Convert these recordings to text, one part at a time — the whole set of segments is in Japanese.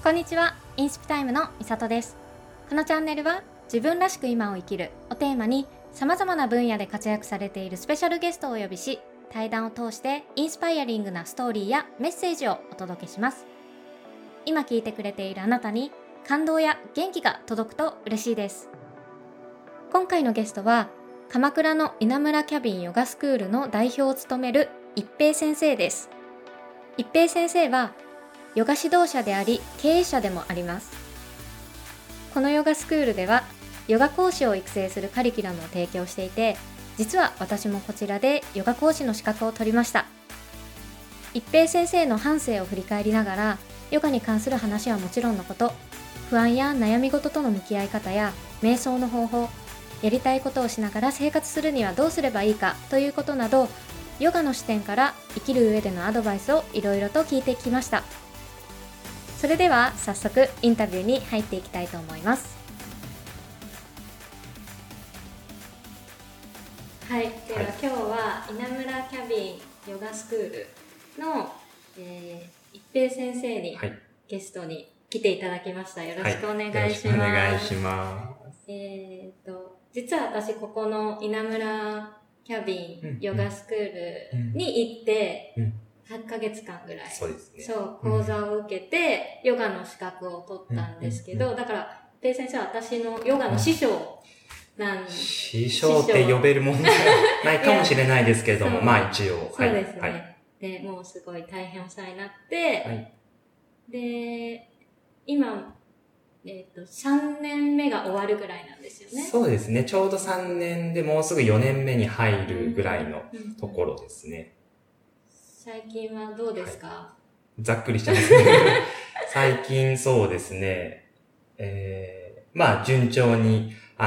こんにちは、インスピタイムのみさとです。このチャンネルは自分らしく今を生きるをテーマに様々な分野で活躍されているスペシャルゲストをお呼びし、対談を通してインスパイアリングなストーリーやメッセージをお届けします。今聞いてくれているあなたに感動や元気が届くと嬉しいです。今回のゲストは鎌倉の稲村キャビンヨガスクールの代表を務める一平先生です。一平先生はヨガ指導者であり経営者でもあります。このヨガスクールではヨガ講師を育成するカリキュラムを提供していて、実は私もこちらでヨガ講師の資格を取りました。一平先生の半生を振り返りながら、ヨガに関する話はもちろんのこと、不安や悩み事との向き合い方や瞑想の方法、やりたいことをしながら生活するにはどうすればいいかということなど、ヨガの視点から生きる上でのアドバイスをいろいろと聞いてきました。それでは早速インタビューに入っていきたいと思います。はい、では、今日は稲村キャビンヨガスクールの、一平先生に、ゲストに来ていただきました。よろしくお願いします。よろしくお願いします。 実は私ここの稲村キャビンヨガスクールに行って、8ヶ月間ぐらい。 そうですね。 そう、講座を受けて、ヨガの資格を取ったんですけど、だから、ペイ先生は私のヨガの師匠師匠って呼べるもんじゃないかもしれないですけれども、まあ一応。 そうですね。で、もうすごい大変お世話になって、で、今、3年目が終わるぐらいなんですよね。 そうですね。ちょうど3年でもうすぐ4年目に入るぐらいのところですね。 最近はどうですか？ ざっくりしてますね。最近そうですね。まあ順調に、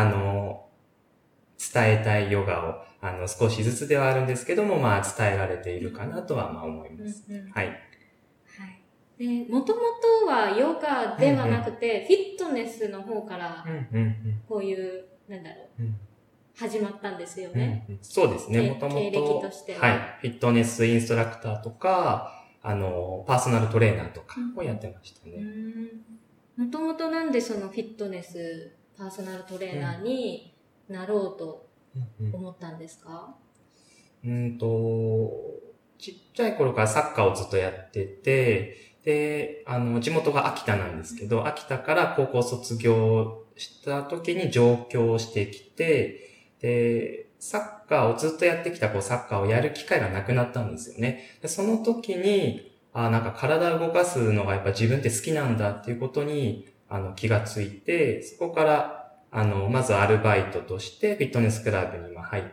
伝えたいヨガを、少しずつではあるんですけども、まあ伝えられているかなとはまあ思います。はい。 で、もともとはヨガではなくて、フィットネスの方から、こういう、始まったんですよね。 そうですね。もともと、 経歴としては。 はい。フィットネスインストラクターとか、パーソナルトレーナーとかをやってましたね。 もともとなんでそのフィットネス、パーソナルトレーナーになろうと思ったんですか？ ちっちゃい頃からサッカーをずっとやってて、で、地元が秋田なんですけど、秋田から高校卒業した時に上京してきて、で、サッカーをずっとやってきたサッカーをやる機会がなくなったんですよね。でその時に、なんか体を動かすのがやっぱ自分って好きなんだっていうことに、気がついて、そこから、まずアルバイトとしてフィットネスクラブに入って、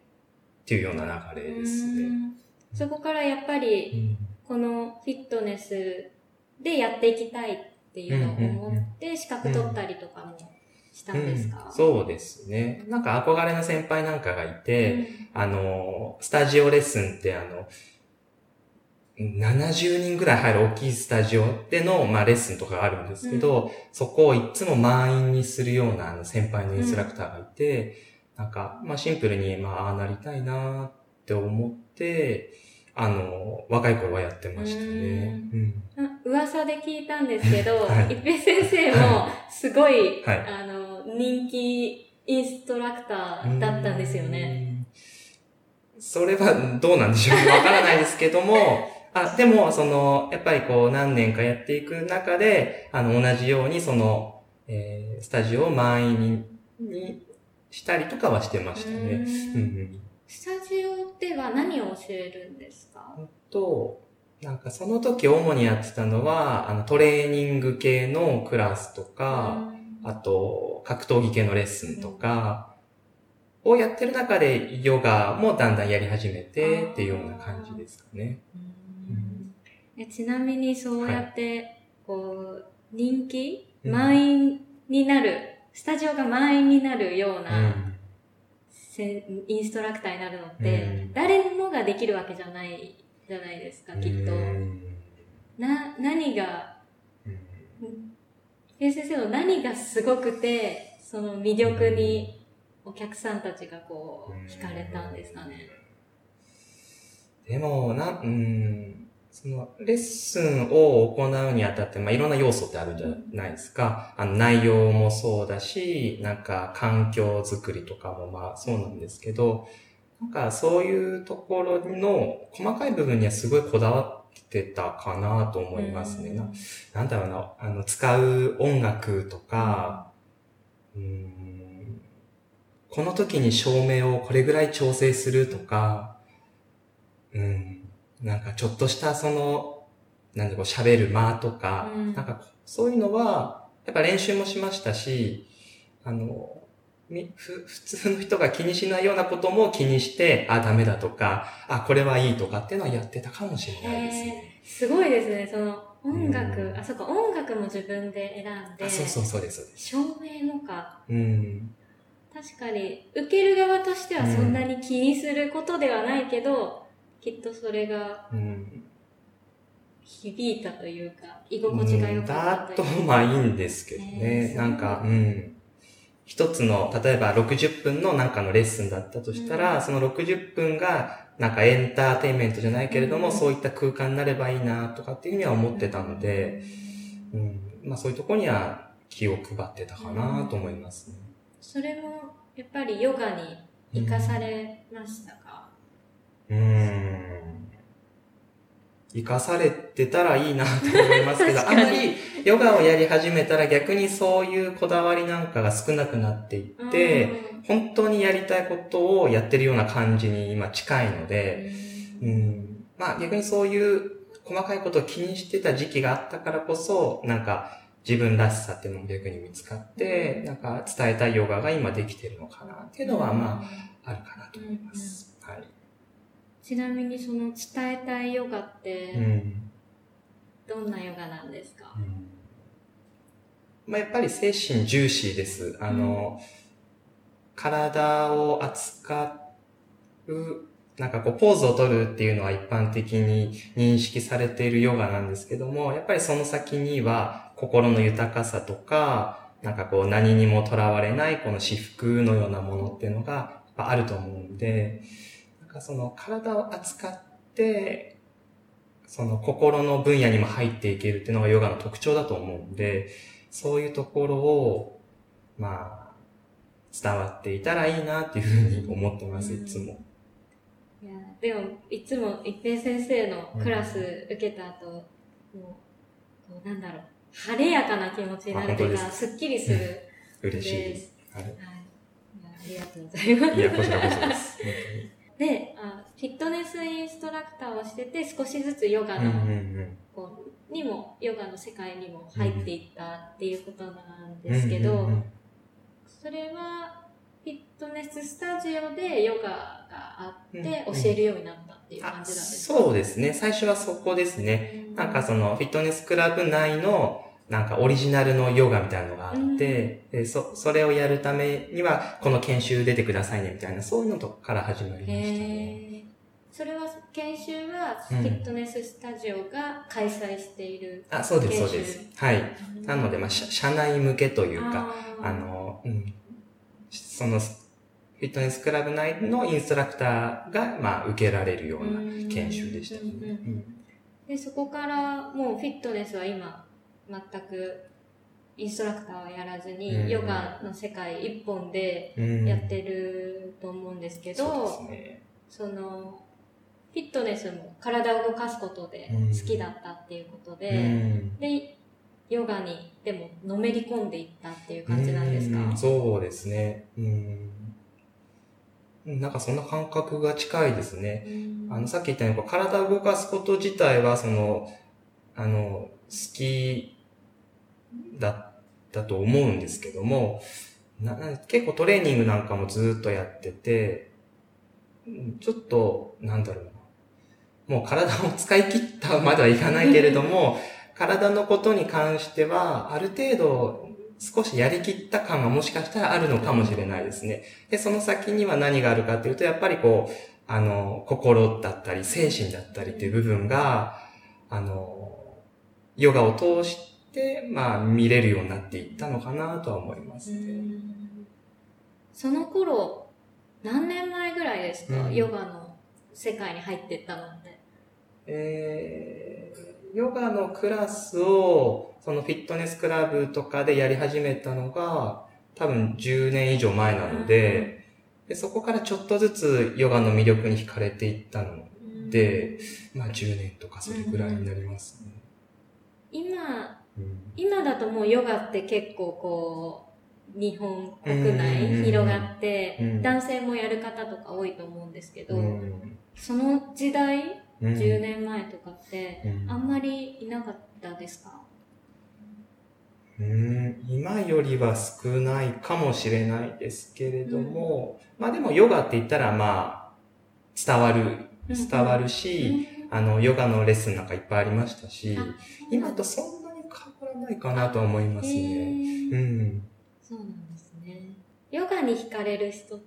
っていうような流れですね。 そこからやっぱり、このフィットネスでやっていきたいっていうのを思って、資格取ったりとかもしたんですか？ そうですね。なんか憧れの先輩なんかがいて、スタジオレッスンって70人ぐらい入る大きいスタジオでの、まあ、レッスンとかがあるんですけど、そこをいつも満員にするような先輩のインストラクターがいて、なんか、まあ、シンプルに、まあ、ああなりたいなって思って、若い頃はやってましたね。 噂で聞いたんですけど、一平先生もすごい、人気インストラクターだったんですよね。 それはどうなんでしょうね。わからないですけども、でも、やっぱり何年かやっていく中で、同じようにスタジオを満員にしたりとかはしてましたね。 スタジオでは何を教えるんですか？ なんかその時主にやってたのは、トレーニング系のクラスとか、あと、格闘技系のレッスンとか、をやってる中で、ヨガもだんだんやり始めてっていうような感じですかね。 ちなみにそうやって、人気、満員になる、スタジオが満員になるような、インストラクターになるのって、誰もができるわけじゃないじゃないですか、きっと。何が、先生の何がすごくて、その魅力にお客さんたちが惹かれたんですかね。 でも、 そのレッスンを行うにあたって、いろんな要素ってあるんじゃないですか。内容もそうだし、なんか環境づくりとかもそうなんですけど、なんかそういうところの細かい部分にはすごいこだわってたかなと思いますね。なんだろうな、使う音楽とか、この時に照明をこれぐらい調整するとか、なんかちょっとしたなんで喋る間とか、なんかそういうのは、やっぱ練習もしましたし、普通の人が気にしないようなことも気にして、ダメだとか、これはいいとかっていうのはやってたかもしれないですね。 すごいですね。その音楽、そっか、音楽も自分で選んで。 そうです。 照明もか。確かに、受ける側としてはそんなに気にすることではないけど、きっとそれが、響いたというか、居心地が良かったというか。 だといいんですけどね。なんか、一つの、例えば60分のなんかのレッスンだったとしたら、その60分がなんかエンターテインメントじゃないけれども、そういった空間になればいいなとかっていうふうには思ってたので、そういうところには気を配ってたかなと思いますね。 それもやっぱりヨガに生かされましたか？ 生かされてたらいいなと思いますけど、あまりヨガをやり始めたら逆にそういうこだわりなんかが少なくなっていって、本当にやりたいことをやってるような感じに今近いので、逆にそういう細かいことを気にしてた時期があったからこそ、なんか自分らしさっていうのも逆に見つかって、なんか伝えたいヨガが今できてるのかなっていうのはあるかなと思います。はい。 ちなみにその伝えたいヨガって、どんなヨガなんですか？ やっぱり精神重視です。体を扱う、なんかポーズを取るっていうのは一般的に認識されているヨガなんですけども、やっぱりその先には心の豊かさとか、なんか何にもとらわれないこの至福のようなものっていうのがあると思うんで、なんかその体を扱って、その心の分野にも入っていけるっていうのがヨガの特徴だと思うんで、そういうところを、伝わっていたらいいなっていうふうに思ってます、いつも。 いや、でも、いつも一平先生のクラス受けた後、もう、なんだろう、晴れやかな気持ちになるというか、すっきりする。 嬉しいです。 はい。ありがとうございます。 いや、こちらこそです。 で、フィットネスインストラクターをしてて、少しずつヨガの、にも、ヨガの世界にも入っていったっていうことなんですけど、それは、フィットネススタジオでヨガがあって教えるようになったっていう感じなんですか？ そうですね。最初はそこですね。なんかそのフィットネスクラブ内のなんかオリジナルのヨガみたいなのがあって、それをやるためにはこの研修出てくださいねみたいな、そういうのとから始まりましたね。 それは、研修はフィットネススタジオが開催している研修？ そうです、そうです。はい。なので、社内向けというか、その、フィットネスクラブ内のインストラクターが、受けられるような研修でしたね。 で、そこからもうフィットネスは今、全くインストラクターはやらずに、ヨガの世界一本でやってると思うんですけど、その、フィットネスも体を動かすことで好きだったっていうことで、で、ヨガにでものめり込んでいったっていう感じなんですか？ そうですね。なんかそんな感覚が近いですね。さっき言ったように体を動かすこと自体は好きだったと思うんですけども、結構トレーニングなんかもずっとやってて、ちょっと、なんだろうな。もう体を使い切ったまではいかないけれども、体のことに関しては、ある程度、少しやりきった感がもしかしたらあるのかもしれないですね。で、その先には何があるかっていうと、やっぱり心だったり、精神だったりっていう部分が、ヨガを通して、見れるようになっていったのかなとは思いますね。 その頃、何年前ぐらいですか？ヨガの世界に入っていったのって。 ヨガのクラスを、そのフィットネスクラブとかでやり始めたのが、多分10年以上前なので、そこからちょっとずつヨガの魅力に惹かれていったので、まあ10年とかそれぐらいになりますね。 今だともうヨガって結構こう、日本国内広がって、男性もやる方とか多いと思うんですけど、その時代、10年前とかって、あんまりいなかったですか？ 今よりは少ないかもしれないですけれども、まあでもヨガって言ったらまあ、伝わるし、ヨガのレッスンなんかいっぱいありましたし、今とそんなに変わらないかなとは思いますね。 そうなんですね。ヨガに惹かれる人って、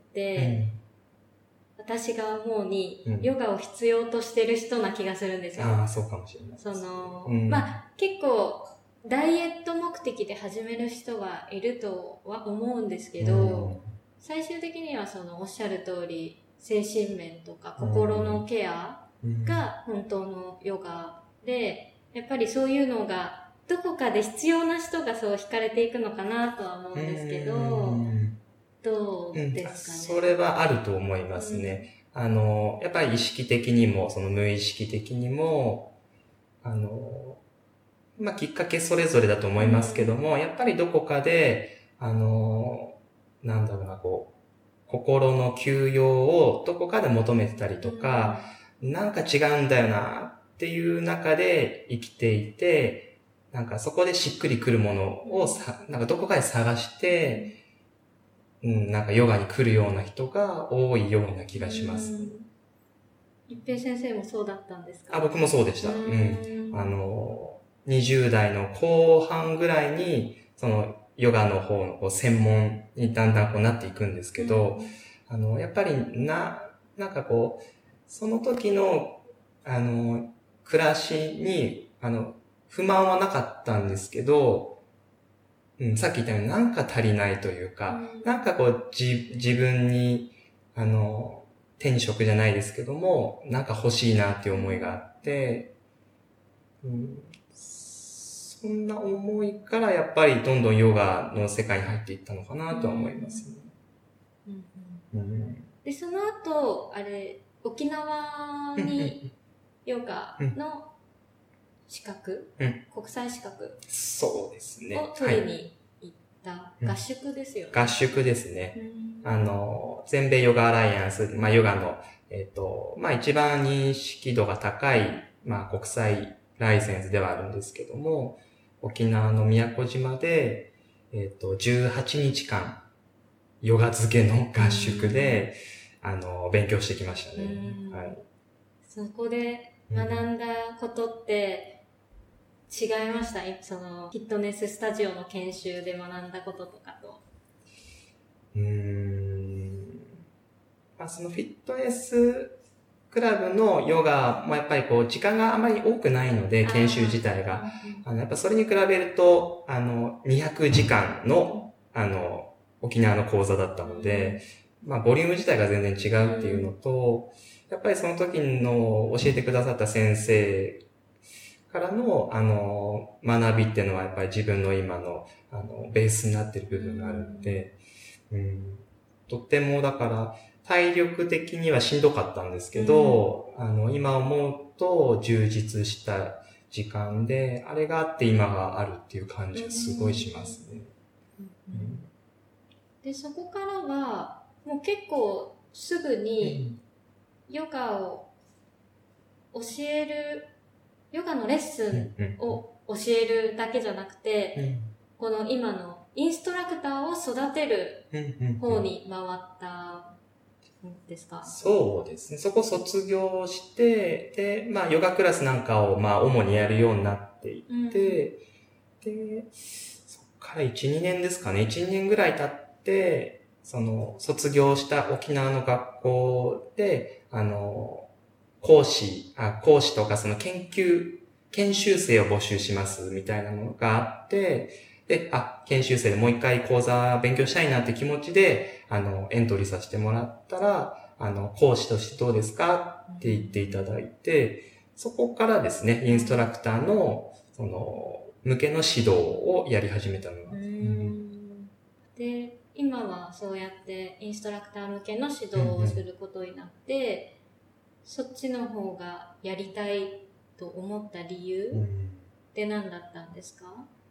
私が思うに、ヨガを必要としてる人な気がするんですよ。 ああ、そうかもしれない。 まあ、結構、ダイエット目的で始める人はいるとは思うんですけど、最終的にはおっしゃる通り、精神面とか心のケアが本当のヨガで、やっぱりそういうのが、どこかで必要な人がそう惹かれていくのかなとは思うんですけど、どうですかね。 それはあると思いますね。やっぱり意識的にも、無意識的にも、まあ、きっかけそれぞれだと思いますけども、やっぱりどこかで、なんだろうな、心の休養をどこかで求めてたりとか、なんか違うんだよなっていう中で生きていて、なんかそこでしっくりくるものをなんかどこかで探して、なんかヨガに来るような人が多いような気がします。 一平先生もそうだったんですか？ 僕もそうでした。20代の後半ぐらいに、ヨガの方の専門にだんだんなっていくんですけど、やっぱりなんかその時の、暮らしに、不満はなかったんですけど、さっき言ったようになんか足りないというか、なんか自分に、天職じゃないですけども、なんか欲しいなっていう思いがあって、そんな思いからやっぱりどんどんヨガの世界に入っていったのかなとは思いますね。 で、その後、沖縄にヨガの資格、国際資格そうですね。 を取りに行った合宿ですよね。 合宿ですね。全米ヨガアライアンス、まあヨガの、まあ一番認識度が高い、まあ国際ライセンスではあるんですけども、沖縄の宮古島で、18日間、ヨガ漬けの合宿で、勉強してきましたね。はい。 そこで学んだことって、違いました？フィットネススタジオの研修で学んだこととかと。 まあ、そのフィットネスクラブのヨガもやっぱり時間があまり多くないので、研修自体が。やっぱそれに比べると、200時間の、沖縄の講座だったので、まあ、ボリューム自体が全然違うっていうのと、やっぱりその時の教えてくださった先生からの、学びっていうのはやっぱり自分の今の、ベースになっている部分があるので、とってもだから、体力的にはしんどかったんですけど、今思うと充実した時間で、あれがあって今があるっていう感じがすごいしますね。 で、そこからは、もう結構すぐにヨガを教える、ヨガのレッスンを教えるだけじゃなくて、この今のインストラクターを育てる方に回ったんですか？ そうですね。そこ卒業して、で、まあヨガクラスなんかをまあ主にやるようになっていって、で、そっから1、2年ですかね。1、2年ぐらい経って、卒業した沖縄の学校で、講師とか研修生を募集しますみたいなのがあって、で、研修生でもう一回講座勉強したいなって気持ちで、エントリーさせてもらったら、講師としてどうですかって言っていただいて、 そこからですね、インストラクターの、向けの指導をやり始めたのが。 で、今はそうやってインストラクター向けの指導をすることになって、そっちの方がやりたいと思った理由って何だったんですか？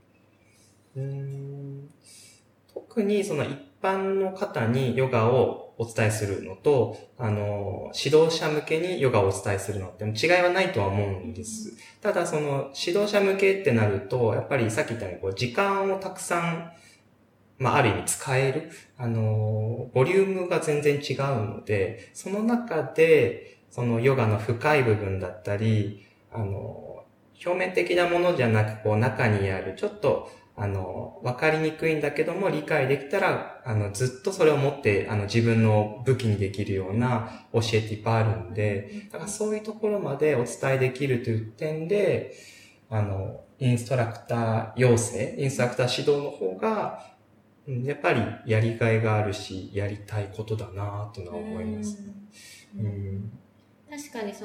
特にその一般の方にヨガをお伝えするのと、指導者向けにヨガをお伝えするのって違いはないとは思うんです。ただその指導者向けってなると、やっぱりさっき言ったように時間をたくさん、ある意味使える、ボリュームが全然違うので、その中で、そのヨガの深い部分だったり、表面的なものじゃなく、中にある、ちょっと、わかりにくいんだけども、理解できたら、ずっとそれを持って、自分の武器にできるような教えっていっぱいあるんで、だからそういうところまでお伝えできるという点で、インストラクター養成、インストラクター指導の方が、やっぱりやりがいがあるし、やりたいことだなというのは思います。 確かに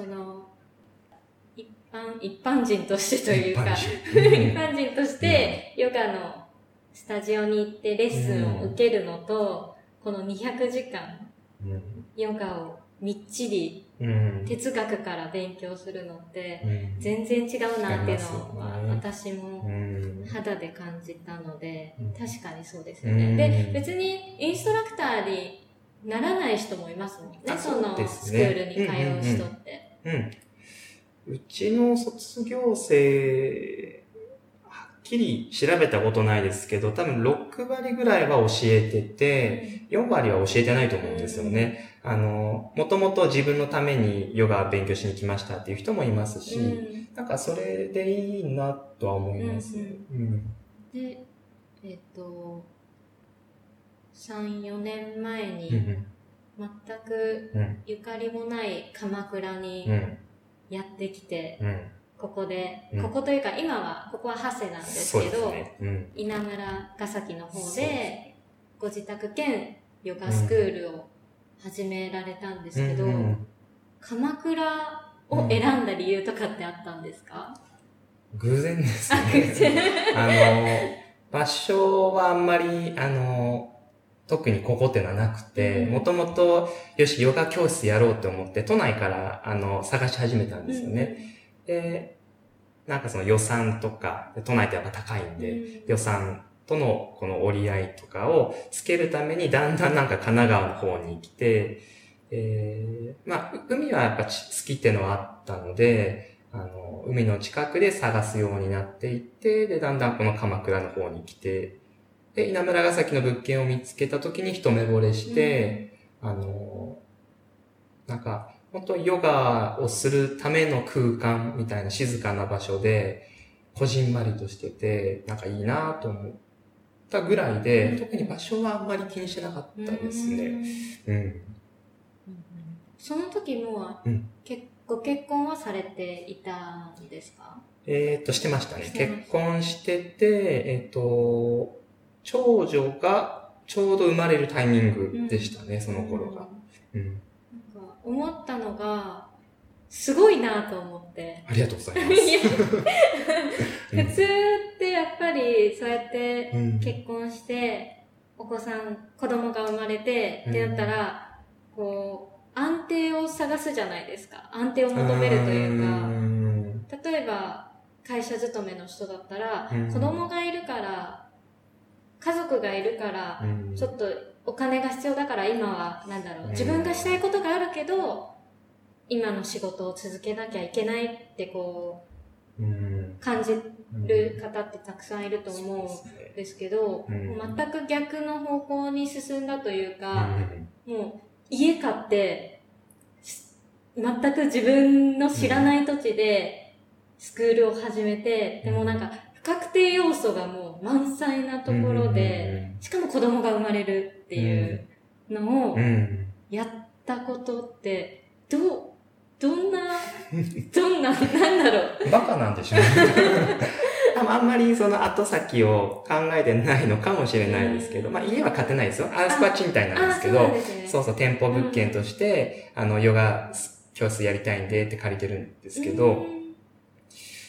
一般人としてというか、一般人としてヨガのスタジオに行ってレッスンを受けるのと、この200時間ヨガをみっちり哲学から勉強するのって全然違うなっていうのは私も肌で感じたので、確かにそうですよね。で、別にインストラクターにならない人もいますもんね。そのスクールに通う人って。 うちの卒業生、はっきり調べたことないですけど、多分6割ぐらいは教えてて、4割は教えてないと思うんですよね。もともと自分のためにヨガ勉強しに来ましたっていう人もいますし、なんかそれでいいなとは思います。 で、3、4年前に全くゆかりもない鎌倉にやってきて、ここというか今はここは長谷なんですけど、稲村ヶ崎の方でご自宅兼ヨガスクールを始められたんですけど、鎌倉を選んだ理由とかってあったんですか？ 偶然ですね。偶然場所はあんまり特にここってのはなくて、もともと、よし、ヨガ教室やろうって思って、都内から、探し始めたんですよね。で、なんかその予算とか、都内ってやっぱ高いんで、予算とのこの折り合いとかをつけるために、だんだんなんか神奈川の方に来て、海はやっぱ好きってのはあったので、海の近くで探すようになっていって、で、だんだんこの鎌倉の方に来て、で、稲村ヶ崎の物件を見つけたときに一目惚れして、なんか、本当にヨガをするための空間みたいな静かな場所で、こじんまりとしてて、なんかいいなと思ったぐらいで、特に場所はあんまり気にしなかったですね。 その時も、ご結婚はされていたんですか？ してましたね。結婚してて、長女がちょうど生まれるタイミングでしたね、その頃が。 なんか思ったのが、すごいなと思って。 ありがとうございます。 普通ってやっぱりそうやって結婚して、子供が生まれてってなったら、安定を探すじゃないですか。安定を求めるというか、例えば会社勤めの人だったら、子供がいるから、家族がいるから、ちょっとお金が必要だから今は、自分がしたいことがあるけど、今の仕事を続けなきゃいけないって感じる方ってたくさんいると思うんですけど、全く逆の方向に進んだというか、もう家買って、全く自分の知らない土地でスクールを始めて、でも不確定要素がもう満載なところで、しかも子供が生まれるっていうのをやったことって、なんだろう。 バカなんでしょうね。あんまりその後先を考えてないのかもしれないですけど、家は買ってないですよ。あそこは賃貸なんですけど、そう店舗物件として、ヨガ教室やりたいんでって借りてるんですけど、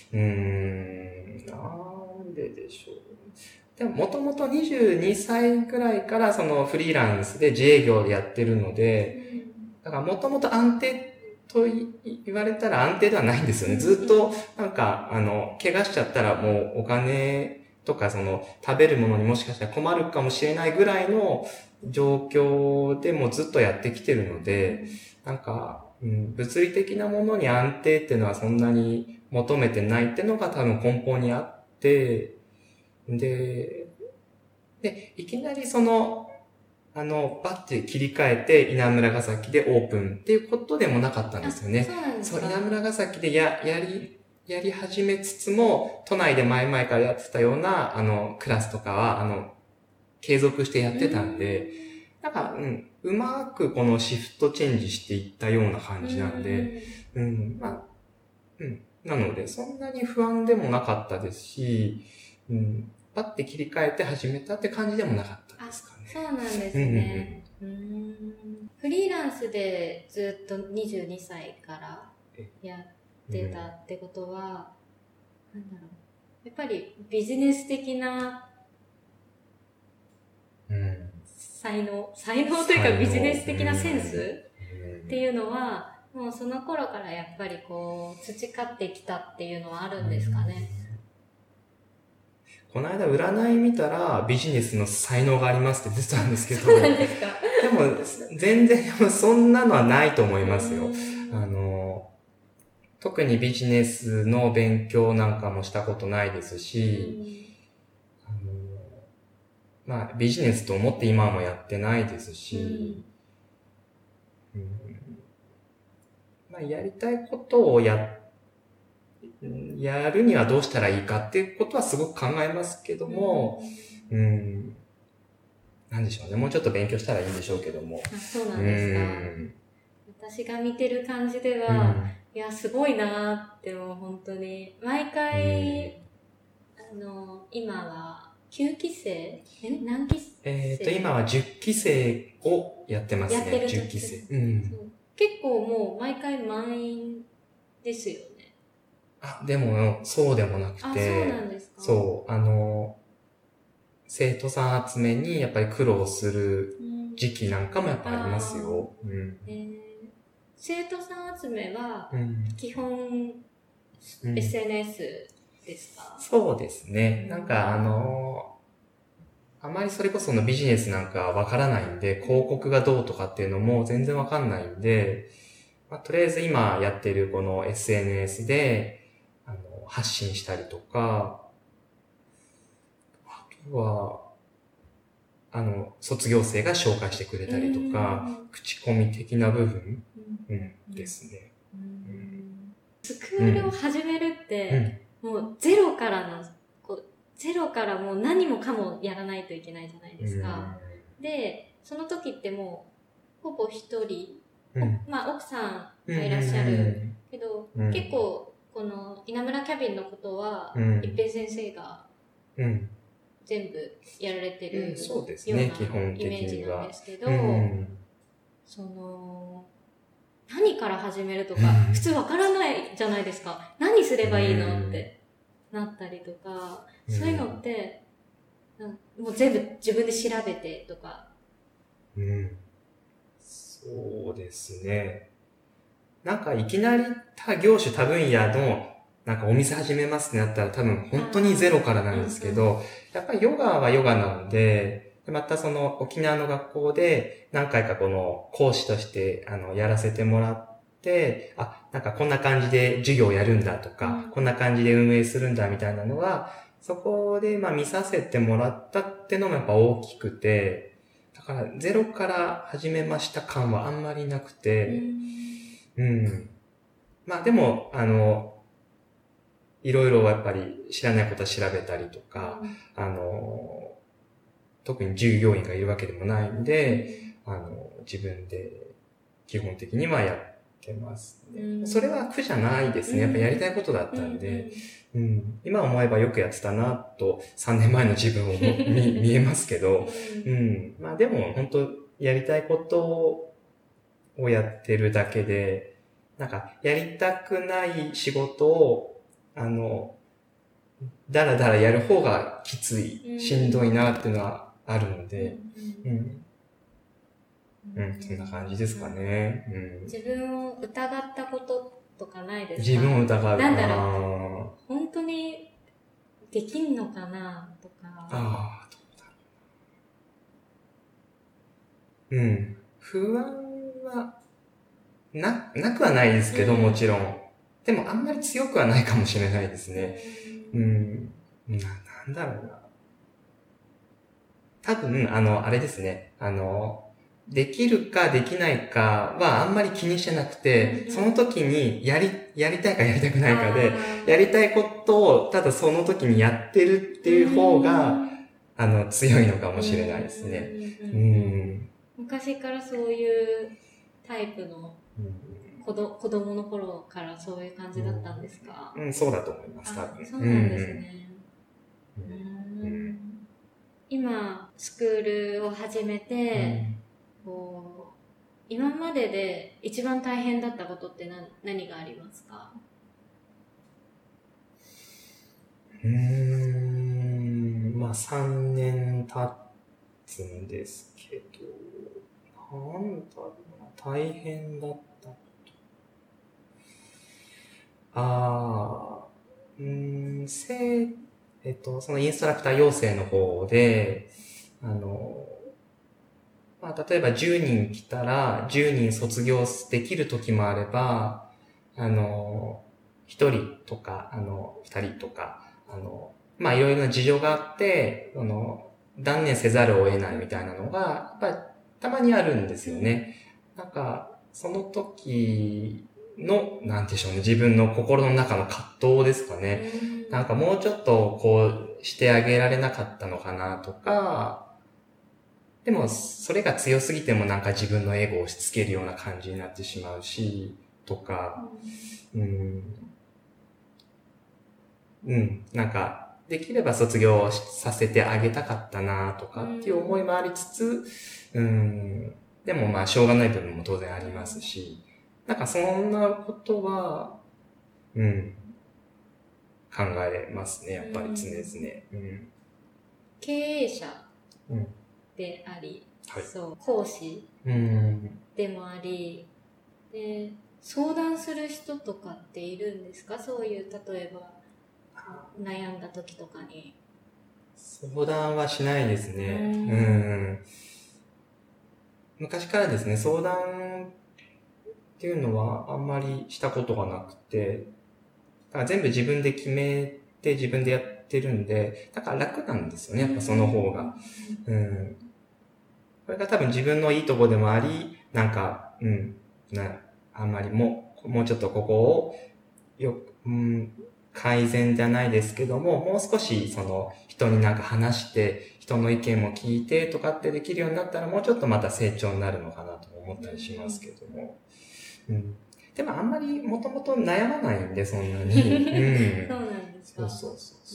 なんででしょう。でも、もともと22歳くらいからそのフリーランスで自営業でやってるので、だからもともと安定と言われたら安定ではないんですよね。ずっと、なんか、怪我しちゃったらもうお金とかその食べるものにもしかしたら困るかもしれないぐらいの状況でもずっとやってきてるので、なんか、物理的なものに安定っていうのはそんなに求めてないっていうのが多分根本にあって、で、いきなりその、バッて切り替えて稲村ヶ崎でオープンっていうことでもなかったんですよね。 そうなんですか。 そう、稲村ヶ崎でやり始めつつも、都内で前々からやってたような、クラスとかは、継続してやってたんで、なんか、うまくこのシフトチェンジしていったような感じなんで、なので、そんなに不安でもなかったですし、パッて切り替えて始めたって感じでもなかったですかね。 そうなんですね。フリーランスでずっと22歳からやってたってことは、なんだろう。やっぱりビジネス的な才能というかビジネス的なセンスっていうのは、もうその頃からやっぱりこう培ってきたっていうのはあるんですかね。 この間占い見たらビジネスの才能がありますって出てたんですけど。 そうなんですか。 でも全然そんなのはないと思いますよ。特にビジネスの勉強なんかもしたことないですし、まあビジネスと思って今もやってないですし、まあやりたいことをやるにはどうしたらいいかっていうことはすごく考えますけども、なんでしょうね。もうちょっと勉強したらいいんでしょうけども。 そうなんですか。私が見てる感じでは、いや、すごいなーってもう本当に、毎回、今は9期生何期生今は10期生をやってますね。 やってる 10期生。 結構もう毎回満員ですよね。 でも、そうでもなくて。 そうなんですか。 そう、生徒さん集めにやっぱり苦労する時期なんかもやっぱありますよ。 生徒さん集めは、基本、SNS ですか？ そうですね。なんかあまりそれこそのビジネスなんかわからないんで、広告がどうとかっていうのも全然わかんないんで、とりあえず今やってるこの SNS で、発信したりとか、あとは、卒業生が紹介してくれたりとか、口コミ的な部分、ですね。 スクールを始めるって、もうゼロからもう何もかもやらないといけないじゃないですか。で、その時ってもう、ほぼ一人、まあ奥さんがいらっしゃるけど、結構、この稲村キャビンのことは、一平先生が全部やられてるようなイメージなんですけど、何から始めるとか、普通わからないじゃないですか。何すればいいのってなったりとか、そういうのって、もう全部自分で調べてとか。 そうですね。なんかいきなり他業種多分野のなんかお店始めますってなったら多分本当にゼロからなんですけど、やっぱりヨガはヨガなので、またその沖縄の学校で何回かこの講師としてやらせてもらって、なんかこんな感じで授業やるんだとか、こんな感じで運営するんだみたいなのは、そこで見させてもらったってのもやっぱ大きくて、だからゼロから始めました感はあんまりなくて、まあでも、いろいろやっぱり知らないことは調べたりとか、特に従業員がいるわけでもないんで、自分で基本的にはやってますね。それは苦じゃないですね。やっぱやりたいことだったんで、今思えばよくやってたなと3年前の自分を見えますけど、まあでも本当やりたいことをやってるだけで、なんかやりたくない仕事をだらだらやる方がきつい、しんどいなっていうのはあるので、そんな感じですかね。 自分を疑ったこととかないですか？ 自分を疑う。 なんだろう。本当にできんのかなとか。 どうだろう。不安は、なくはないですけど、もちろん。でもあんまり強くはないかもしれないですね。なんだろうな。多分、あれですね。できるかできないかはあんまり気にしてなくて、その時にやりたいかやりたくないかで、やりたいことをただその時にやってるっていう方が、強いのかもしれないですね。 昔からそういうタイプの子供の頃からそういう感じだったんですか？ そうだと思います、多分。 そうなんですね。今、スクールを始めて、今までで一番大変だったことって何がありますか？ 3年経つんですけど、なんだろうな、大変だったこと。そのインストラクター養成の方で、例えば10人来たら10人卒業できる時もあれば、1人とか、2人とか、いろいろな事情があって、断念せざるを得ないみたいなのが、やっぱりたまにあるんですよね。なんか、その時の、なんでしょうね、自分の心の中の葛藤ですかね。なんかもうちょっとこうしてあげられなかったのかなとか、でもそれが強すぎてもなんか自分のエゴを押し付けるような感じになってしまうし、とか、なんか、できれば卒業させてあげたかったなとかっていう思いもありつつ、でもしょうがない部分も当然ありますし、なんかそんなことは、考えますね、やっぱり常々。 経営者であり、講師でもあり、で、相談する人とかっているんですか？そういう、例えば、悩んだ時とかに。 相談はしないですね。昔からですね、相談っていうのはあんまりしたことがなくて、だから全部自分で決めて自分でやってるんで、だから楽なんですよね、やっぱその方が。これが多分自分のいいとこでもあり、なんか、あんまりもうちょっとここを改善じゃないですけども、もう少し人になんか話して、人の意見も聞いてとかってできるようになったらもうちょっとまた成長になるのかなと思ったりしますけども。でもあんまりもともと悩まないんで、そんなに。 そうなんですか。 そう。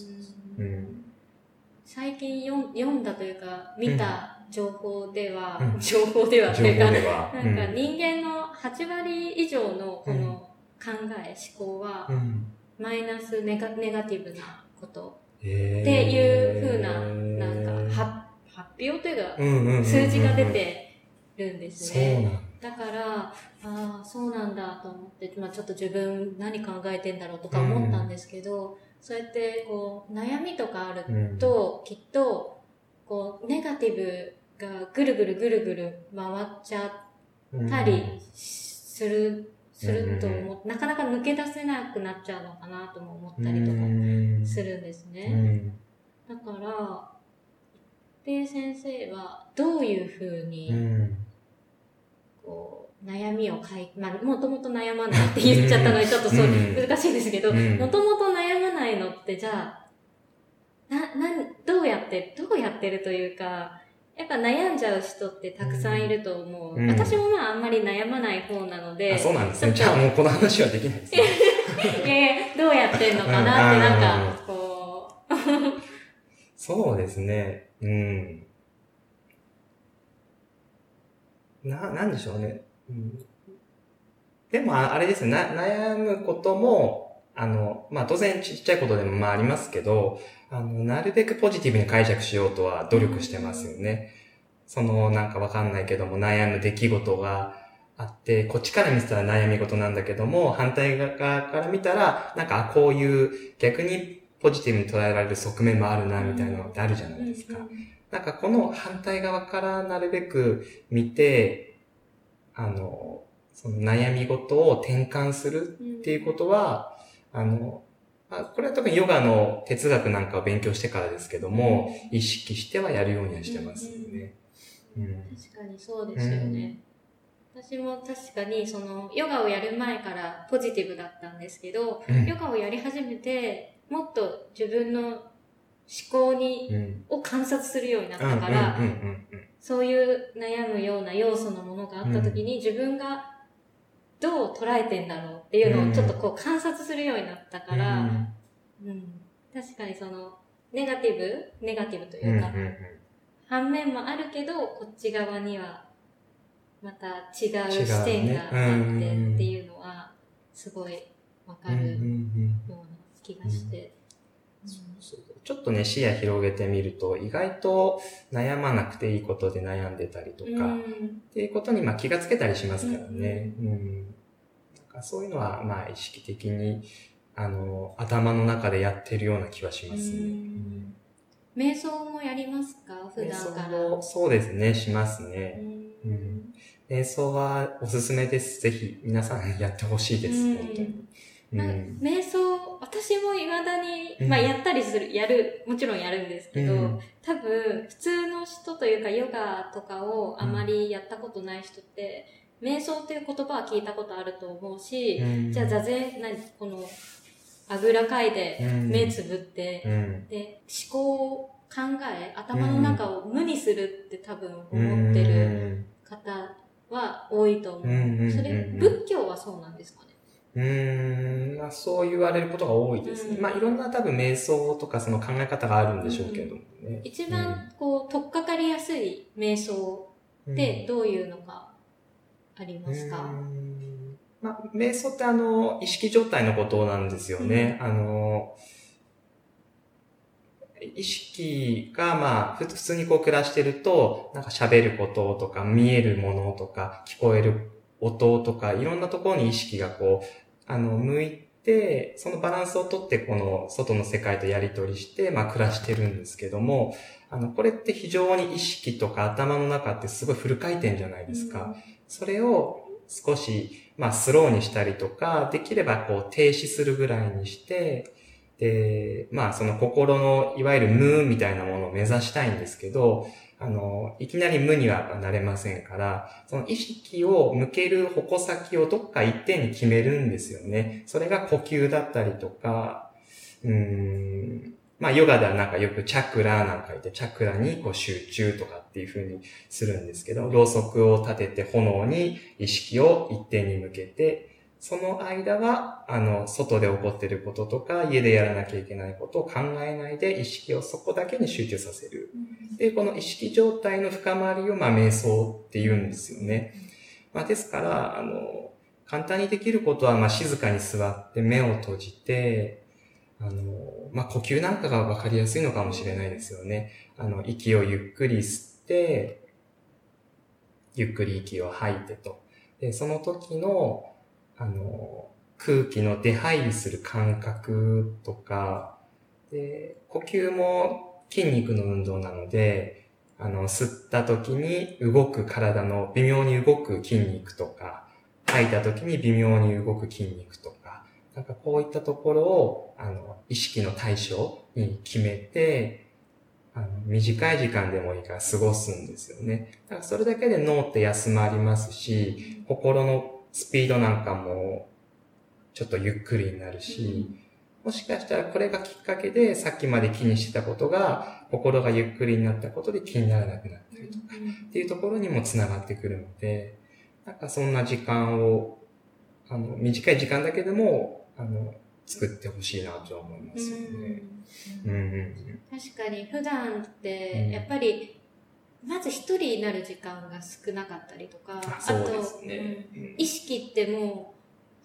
最近読んだというか、見た情報ではというか、なんか人間の8割以上のこの考え、思考は、マイナスネガティブなことっていう風な、なんか発表というか、数字が出てるんですね。だから、そうなんだと思って、ちょっと自分何考えてんだろうとか思ったんですけど、そうやってこう悩みとかあると、きっとこうネガティブがぐるぐる回っちゃったりすると思う、なかなか抜け出せなくなっちゃうのかなとも思ったりとかするんですね。だから一平先生はどういうふうにこう悩みをもともと悩まないって言っちゃったのでちょっとそう難しいんですけど、もともと悩まないのってじゃあどうやってるというか、やっぱ悩んじゃう人ってたくさんいると思う。私もあんまり悩まない方なので。 そうなんですね。じゃあもうこの話はできないですね。 どうやってんのかなってなんか、こう。 そうですね。なんでしょうね。でもあれですね。悩むことも当然ちっちゃいことでもありますけど、なるべくポジティブに解釈しようとは努力してますよね。なんかわかんないけども悩む出来事があって、こっちから見てたら悩み事なんだけども、反対側から見たら、なんかこういう逆にポジティブに捉えられる側面もあるな、みたいなのってあるじゃないですか。なんかこの反対側からなるべく見て、その悩み事を転換するっていうことは、これは特にヨガの哲学なんかを勉強してからですけども、意識してはやるようにはしてますよね。 確かにそうですよね。私も確かにヨガをやる前からポジティブだったんですけど、ヨガをやり始めてもっと自分の思考を観察するようになったから、そういう悩むような要素のものがあった時に自分がどう捉えてんだろうっていうのをちょっとこう観察するようになったから、確かにネガティブというか、反面もあるけど、こっち側にはまた違う視点があってっていうのはすごいわかるような気がして。 ちょっとね、視野広げてみると、意外と悩まなくていいことで悩んでたりとか、っていうことに気がつけたりしますからね。なんかそういうのは意識的に頭の中でやってるような気はしますね。 瞑想もやりますか？普段から。 瞑想もそうですね、しますね。瞑想はおすすめです。ぜひ皆さんやってほしいです。本当に。 瞑想、私も未だに、やったりもちろんやるんですけど、多分、普通の人というか、ヨガとかをあまりやったことない人って、瞑想っていう言葉は聞いたことあると思うし、じゃあ座禅、あぐらかいて、目つぶって、で、思考、頭の中を無にするって多分思ってる方は多いと思う。それ、仏教はそうなんですかね？ そう言われることが多いですね。いろんな多分瞑想とかその考え方があるんでしょうけどもね。 一番取っかかりやすい瞑想ってどういうのがありますか？ 瞑想って意識状態のことなんですよね。意識が普通に暮らしてると、なんか喋ることとか見えるものとか聞こえる音とかいろんなところに意識が向いて、そのバランスをとってこの外の世界とやり取りして、暮らしてるんですけども、これって非常に意識とか頭の中ってすごいフル回転じゃないですか。それを少し、スローにしたりとか、できれば停止するぐらいにして、で、その心のいわゆる無みたいなものを目指したいんですけど、いきなり無にはなれませんから、その意識を向ける矛先をどっか一点に決めるんですよね。それが呼吸だったりとか、ヨガではなんかよくチャクラなんか言って、チャクラに集中とかっていう風にするんですけど、ろうそくを立てて炎に意識を一点に向けて、その間は、外で起こっていることとか、家でやらなきゃいけないことを考えないで、意識をそこだけに集中させる。で、この意識状態の深まりを、瞑想って言うんですよね。ですから、簡単にできることは、静かに座って目を閉じて、呼吸なんかがわかりやすいのかもしれないですよね。息をゆっくり吸って、ゆっくり息を吐いてと。で、その時の、空気の出入りする感覚とか、で、呼吸も筋肉の運動なので、吸った時に動く体の微妙に動く筋肉とか、吐いた時に微妙に動く筋肉とか、なんかこういったところを、意識の対象に決めて、短い時間でもいいから過ごすんですよね。だからそれだけで脳って休まりますし、心のスピードなんかもちょっとゆっくりになるし、もしかしたらこれがきっかけでさっきまで気にしてたことが心がゆっくりになったことで気にならなくなったりとかっていうところにもつながってくるので、なんかそんな時間を短い時間だけでも作ってほしいなとは思いますよね。 確かに普段ってやっぱりまず一人になる時間が少なかったりとか、あと、意識ってもう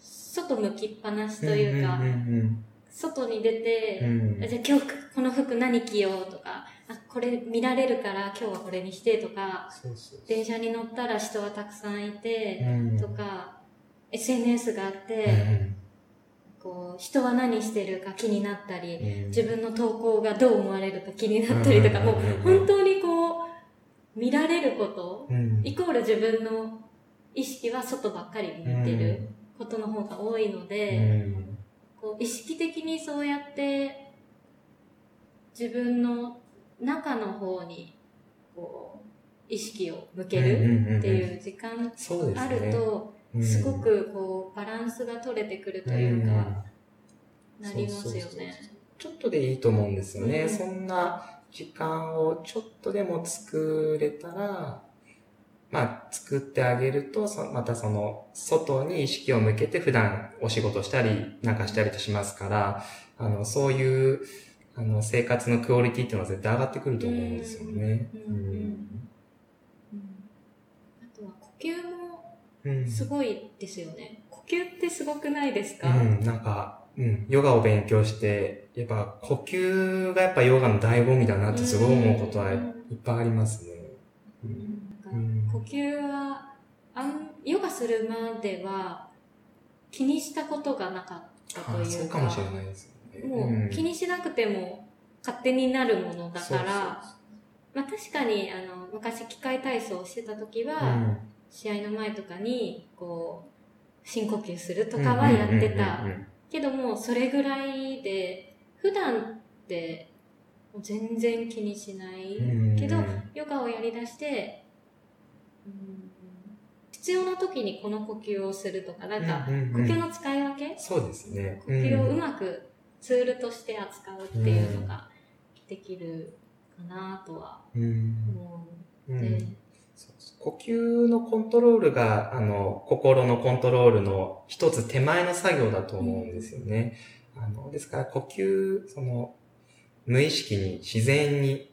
外向きっぱなしというか、外に出て、じゃあ今日この服何着ようとか、これ見られるから今日はこれにしてとか、電車に乗ったら人はたくさんいて、とか、SNS があって、こう人は何してるか気になったり、自分の投稿がどう思われるか気になったりとか、もう本当にこう見られること、イコール自分の意識は外ばっかり向いてることの方が多いので、こう意識的にそうやって自分の中の方にこう意識を向けるっていう時間があると、すごくこうバランスが取れてくるというか、なりますよね。 ちょっとでいいと思うんですよね。そんな時間をちょっとでも作れたら、作ってあげると、またその外に意識を向けて普段お仕事したりなんかしたりとしますから、そういう生活のクオリティっていうのは絶対上がってくると思うんですよね。 あとは呼吸もすごいですよね。呼吸ってすごくないですか？ なんか、ヨガを勉強して、やっぱ呼吸がやっぱヨガの醍醐味だなってすごい思うことはいっぱいありますね。 呼吸はヨガするまでは気にしたことがなかったというか、 そうかもしれないですね。 もう気にしなくても勝手になるものだから、確かに昔器械体操をしてた時は、試合の前とかにこう深呼吸するとかはやってたけども、それぐらいで普段って全然気にしないけど、ヨガをやりだして必要な時にこの呼吸をするとか、なんか呼吸の使い分け、 そうですね、 呼吸をうまくツールとして扱うっていうのができるかなとは思うので、 呼吸のコントロールが心のコントロールの一つ手前の作業だと思うんですよね。ですから呼吸、無意識に自然に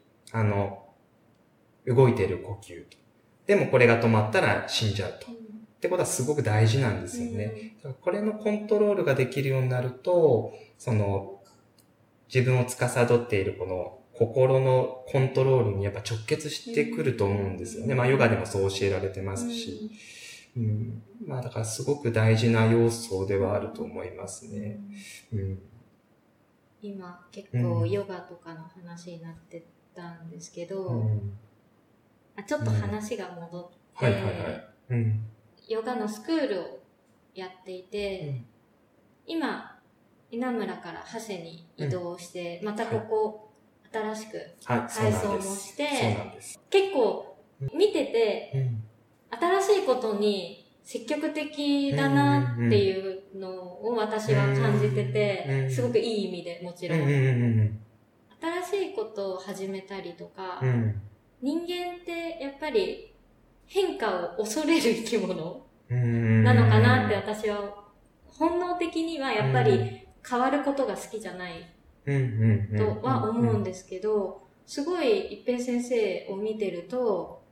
動いている呼吸、でもこれが止まったら死んじゃうと、ってことはすごく大事なんですよね。これのコントロールができるようになると、自分を司っているこの心のコントロールにやっぱ直結してくると思うんですよね。ヨガでもそう教えられてますし。だからすごく大事な要素ではあると思いますね。 今結構ヨガとかの話になってたんですけど、ちょっと話が戻って、ヨガのスクールをやっていて、今稲村から長谷に移動して、またここ新しく改装もして、結構見てて、新しいことに積極的だなっていうのを私は感じてて、すごくいい意味でもちろん。新しいことを始めたりとか、人間ってやっぱり変化を恐れる生き物なのかなって私は本能的にはやっぱり変わることが好きじゃないとは思うんですけど、すごい一平先生を見てると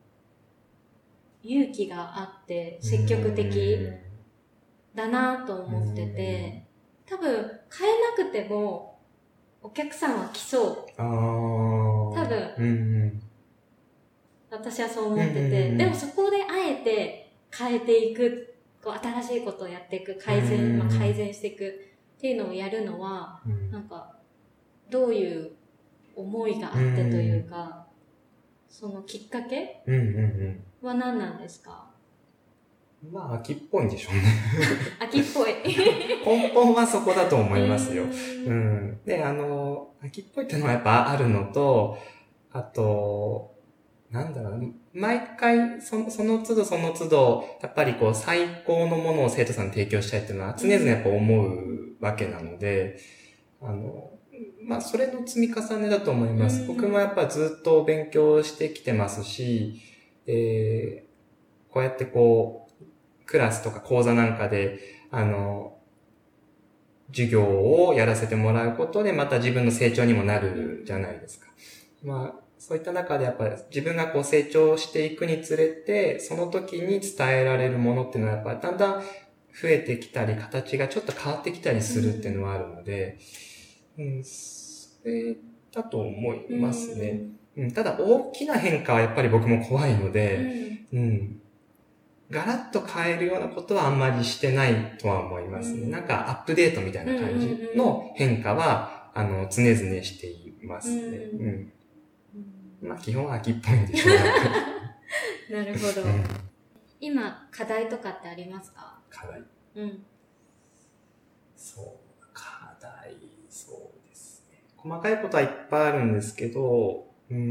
勇気があって積極的だなと思ってて、多分変えなくてもお客さんは来そう。多分、私はそう思ってて、でもそこであえて変えていく、こう新しいことをやっていく、改善していくっていうのをやるのは、なんかどういう思いがあってというか、そのきっかけは何なんですか？ 秋っぽいんでしょうね。 秋っぽい。 根本はそこだと思いますよ。で、秋っぽいってのはやっぱあるのと、あと、毎回その都度その都度、やっぱりこう最高のものを生徒さんに提供したいっていうのは常々やっぱ思うわけなので、それの積み重ねだと思います。僕もやっぱずっと勉強してきてますし、こうやってこう、クラスとか講座なんかで、授業をやらせてもらうことでまた自分の成長にもなるじゃないですか。そういった中でやっぱり自分がこう成長していくにつれて、その時に伝えられるものっていうのはやっぱりだんだん増えてきたり、形がちょっと変わってきたりするっていうのはあるので、それだと思いますね。ただ大きな変化はやっぱり僕も怖いので、ガラッと変えるようなことはあんまりしてないとは思いますね。なんかアップデートみたいな感じの変化は、常々していますね。まあ基本は秋っぽいんでしょうなるほど。今、課題とかってありますか？ 課題。そう、課題、そうですね。細かいことはいっぱいあるんですけど、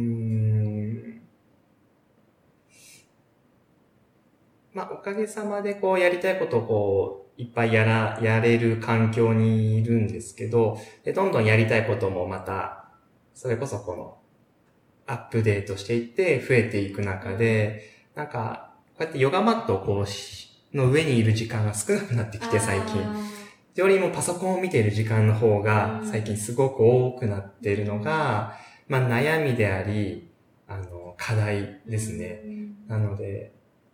まあ、おかげさまでこうやりたいことをこういっぱいやれる環境にいるんですけど、でどんどんやりたいこともまた、それこそこのアップデートしていって増えていく中で、なんか、こうやってヨガマットをこうの上にいる時間が少なくなってきて最近。よりもパソコンを見ている時間の方が最近すごく多くなっているのが、まあ悩みであり、課題ですね。なので、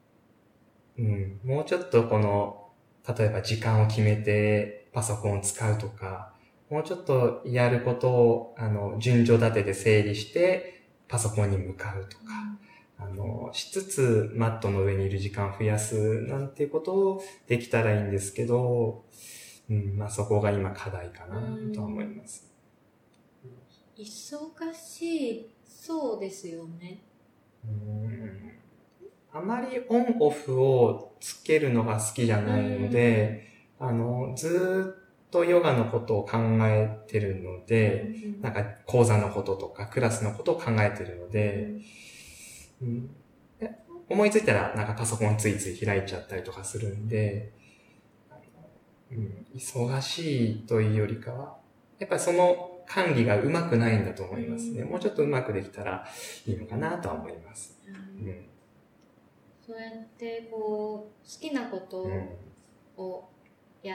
もうちょっとこの、例えば時間を決めてパソコンを使うとか、もうちょっとやることを、順序立てて整理してパソコンに向かうとか、しつつマットの上にいる時間を増やすなんていうことをできたらいいんですけど、まあそこが今課題かなとは思います。 忙しい、そうですよね。 あまりオンオフをつけるのが好きじゃないので、ずーっとヨガのことを考えてるので、なんか講座のこととかクラスのことを考えてるので、思いついたらなんかパソコンついつい開いちゃったりとかするんで、忙しいというよりかは、やっぱりその管理がうまくないんだと思いますね。もうちょっとうまくできたらいいのかなとは思います。 そうやってこう好きなことをやって、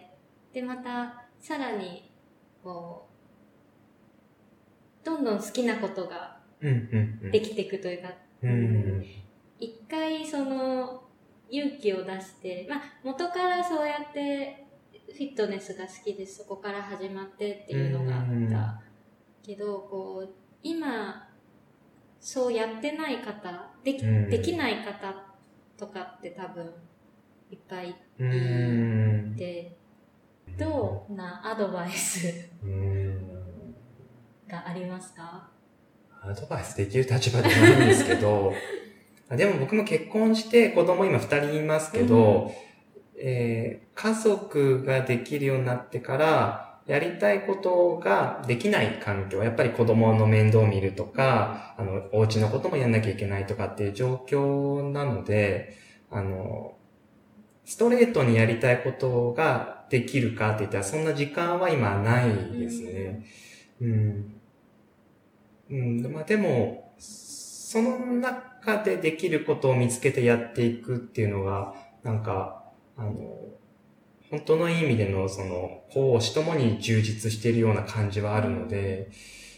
でまたさらにこうどんどん好きなことができていくというか、一回その勇気を出して、まあ元からそうやってフィットネスが好きでそこから始まってっていうのがあったけど、こう今そうやってない方、できない方とかって多分いっぱいいて、どんなアドバイスがありますか？ アドバイスできる立場ではないんですけど、でも僕も結婚して子供今2人いますけど、家族ができるようになってから、やりたいことができない環境、やっぱり子供の面倒を見るとか、お家のこともやんなきゃいけないとかっていう状況なので、ストレートにやりたいことができるかって言ったら、そんな時間は今ないですね。まあでも、その中でできることを見つけてやっていくっていうのが、なんか、本当のいい意味での、公私ともに充実しているような感じはあるので、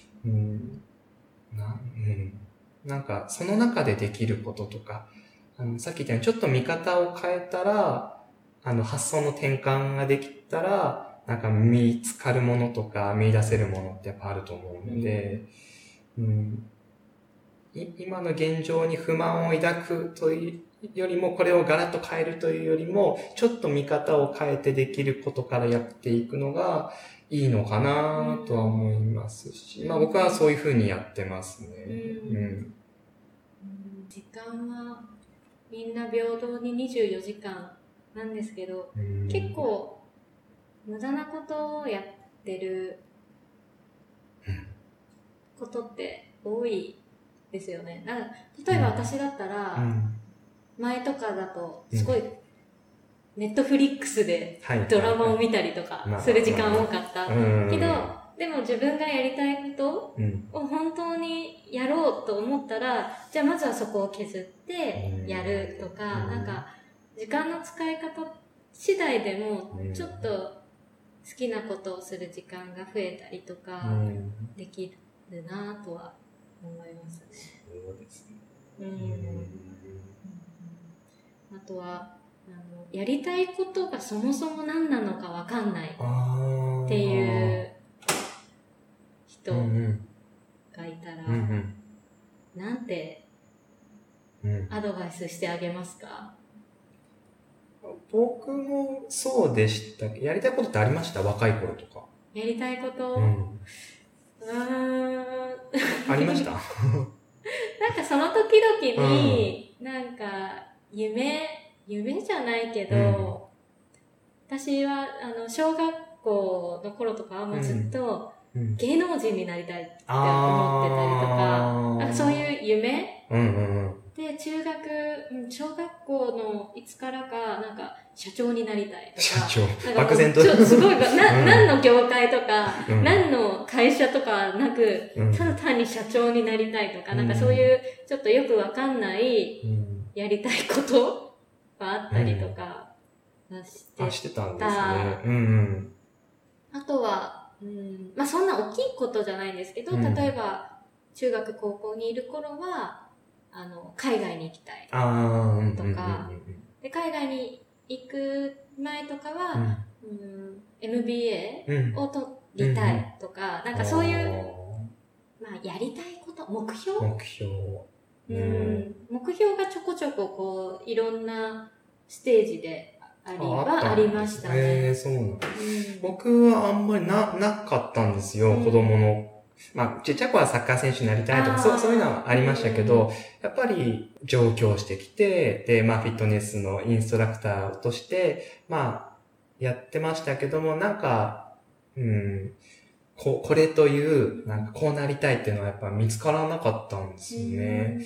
なんか、その中でできることとか、さっき言ったようにちょっと見方を変えたら、発想の転換ができたら、なんか見つかるものとか見出せるものってやっぱあると思うので、今の現状に不満を抱くというよりも、これをガラッと変えるというよりも、ちょっと見方を変えてできることからやっていくのがいいのかなとは思いますし、まあ僕はそういうふうにやってますね。 時間はみんな平等に24時間なんですけど、結構無駄なことをやってることって多いですよね。なんか例えば私だったら、前とかだとすごいネットフリックスでドラマを見たりとかする時間多かったけど、でも自分がやりたいことを本当にやろうと思ったら、じゃあまずはそこを削ってやるとか、なんか時間の使い方次第でもちょっと好きなことをする時間が増えたりとかできるなとは思いますね。 そうですね。 あとはやりたいことがそもそも何なのかわかんないっていいう人うんうんがいたら、 うんなんてうんアドバイスしてあげますか？ 僕もそうでした。やりたいことってありました？若い頃とか。 やりたいこと、 ありましたなんかその時々に、なんか夢じゃないけど、私は小学校の頃とかはもうずっと芸能人になりたいって思ってたりとか、なんかそういう夢、で、小学校のいつからか、なんか、社長になりたいとか。 社長。 漠然と。すごい、何の業界とか、何の会社とかなく、ただ単に社長になりたいとか、なんかそういう、ちょっとよくわかんない、やりたいことがあったりとか、 してたんですね。 あとは、まあそんな大きいことじゃないんですけど、例えば、中学高校にいる頃は、海外に行きたいとか、で海外に行く前とかは、MBA を取りたいとか、なんかそういう、まあやりたいこと、目標がちょこちょここう、いろんなステージでありましたね。 そうなんです。僕はあんまりなかったんですよ、子供の。まあ、ちっちゃい子はサッカー選手になりたいとか、そういうのはありましたけど、やっぱり上京してきて、で、まあ、フィットネスのインストラクターとして、まあ、やってましたけども、なんか、これという、なんかこうなりたいっていうのはやっぱ見つからなかったんですよね。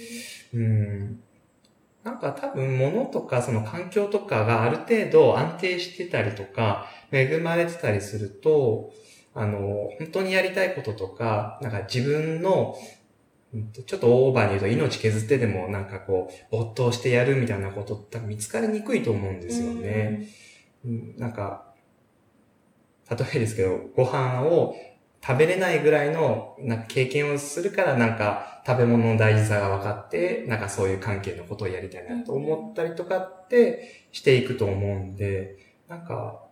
なんか多分物とかその環境とかがある程度安定してたりとか、恵まれてたりすると、本当にやりたいこととか、なんか自分の、ちょっとオーバーに言うと命削ってでもなんかこう、没頭してやるみたいなことって見つかりにくいと思うんですよね。なんか、例えですけど、ご飯を食べれないぐらいのなんか経験をするからなんか食べ物の大事さが分かって、なんかそういう関係のことをやりたいなと思ったりとかってしていくと思うんで、なんか、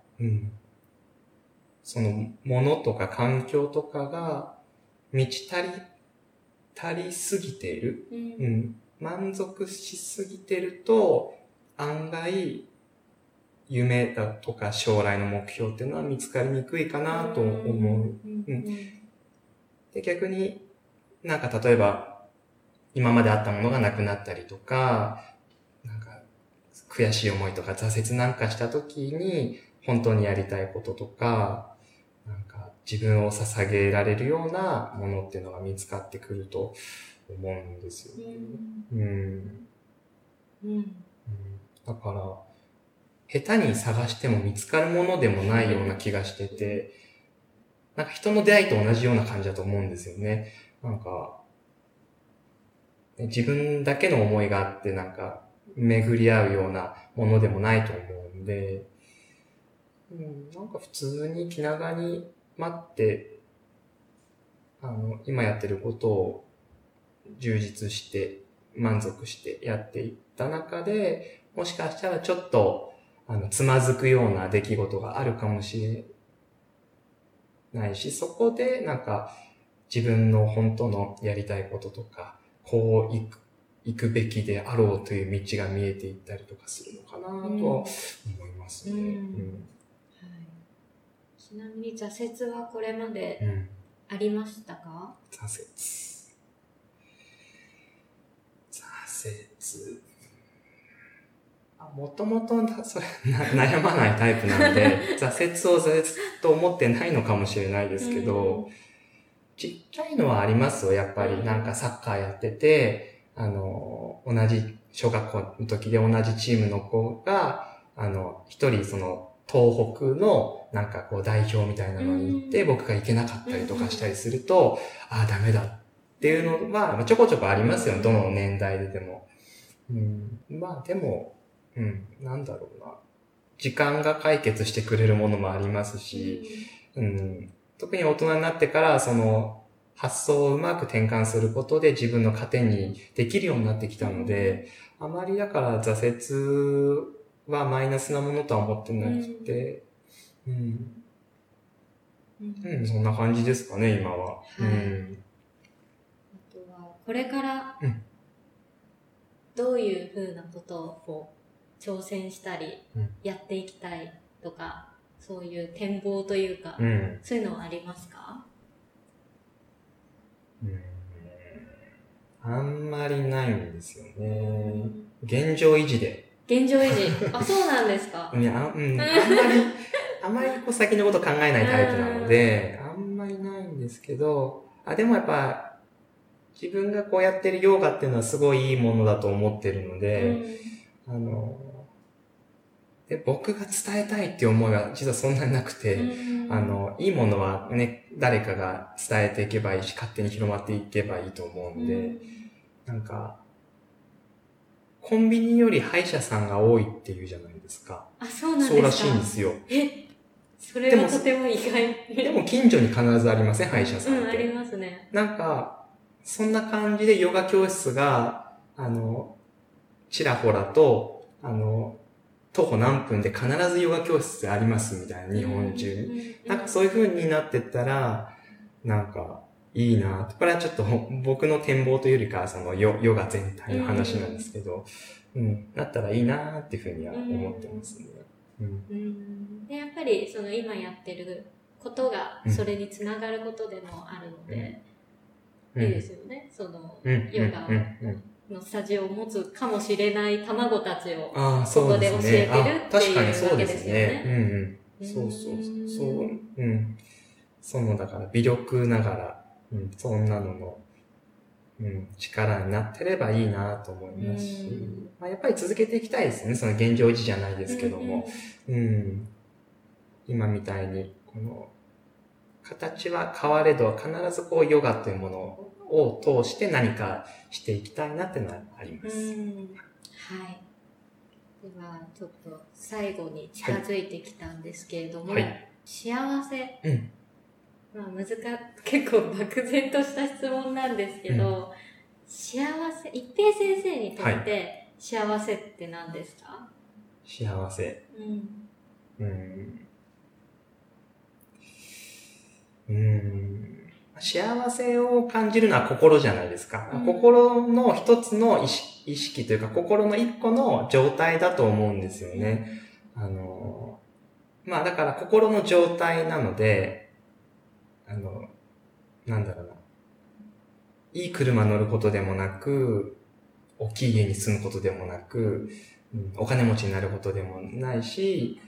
そのものとか環境とかが満ち足りすぎている、満足しすぎてると案外夢だとか将来の目標っていうのは見つかりにくいかなと思う。で、逆になんか例えば今まであったものがなくなったりとか、なんか悔しい思いとか挫折なんかした時に本当にやりたいこととか、なんか自分を捧げられるようなものっていうのが見つかってくると思うんですよね。だから、下手に探しても見つかるものでもないような気がしてて、なんか人の出会いと同じような感じだと思うんですよね。なんか、自分だけの思いがあってなんか巡り合うようなものでもないと思うんで、なんか普通に気長に待って、今やってることを充実して満足してやっていった中で、もしかしたらちょっとつまずくような出来事があるかもしれないし、そこでなんか自分の本当のやりたいこととか、こう行くべきであろうという道が見えていったりとかするのかなとは思いますね。 ちなみに挫折はこれまでありましたか？ 挫折。もともと悩まないタイプなんで、挫折と思ってないのかもしれないですけど、ちっちゃいのはありますよ、やっぱり。なんかサッカーやってて、同じ小学校の時で同じチームの子が、一人その、東北のなんかこう代表みたいなのに行って僕が行けなかったりとかしたりすると、ダメだっていうのはちょこちょこありますよ、どの年代でも。まあでも、なんだろうな。時間が解決してくれるものもありますし、特に大人になってからその発想をうまく転換することで自分の糧にできるようになってきたので、あまりだから挫折はマイナスなものとは思ってなくて、そんな感じですかね、今は。 はい。あとは、これから、どういうふうなことをこう挑戦したり、やっていきたいとか、そういう展望というか、そういうのはありますか？ あんまりないんですよね。現状維持で。 現状維持。あ、そうなんですか？ いや、あんまりこう先のこと考えないタイプなので、あんまりないんですけど、でもやっぱ、自分がこうやってるヨガっていうのはすごいいいものだと思ってるので、で僕が伝えたいっていう思いは実はそんなになくて、いいものはね、誰かが伝えていけばいいし、勝手に広まっていけばいいと思うんで、なんか、コンビニより歯医者さんが多いっていうじゃないですか。 あ、そうなんですか？ そうらしいんですよ。 それはとても意外。 でも近所に必ずありません、歯医者さんって。 ありますね。 なんか、そんな感じでヨガ教室が、ちらほらと、徒歩何分で必ずヨガ教室ありますみたいな、日本中に。なんかそういう風になってったら、なんか、いいな。これはちょっと僕の展望というよりかは、そのヨガ全体の話なんですけど、なったらいいなっていう風には思ってますね。 で、やっぱりその今やってることがそれにつながることでもあるので、いいですよね。そのヨガのスタジオを持つかもしれない卵たちをここで教えてるっていうわけですよね。 そのだから微力ながら、そんなのの、力になってればいいなと思いますし、やっぱり続けていきたいですね。その現状維持じゃないですけども、今みたいにこの形は変われど必ずこうヨガというものを通して何かしていきたいなっていうのはあります。はい。 ではちょっと最後に近づいてきたんですけれども、幸せ。結構漠然とした質問なんですけど、幸せ、一平先生にとって幸せって何ですか？ 幸せ。幸せを感じるのは心じゃないですか。心の一つの意識というか、心の一個の状態だと思うんですよね。だから心の状態なので、なんだろうな。いい車乗ることでもなく、大きい家に住むことでもなく、お金持ちになることでもないし、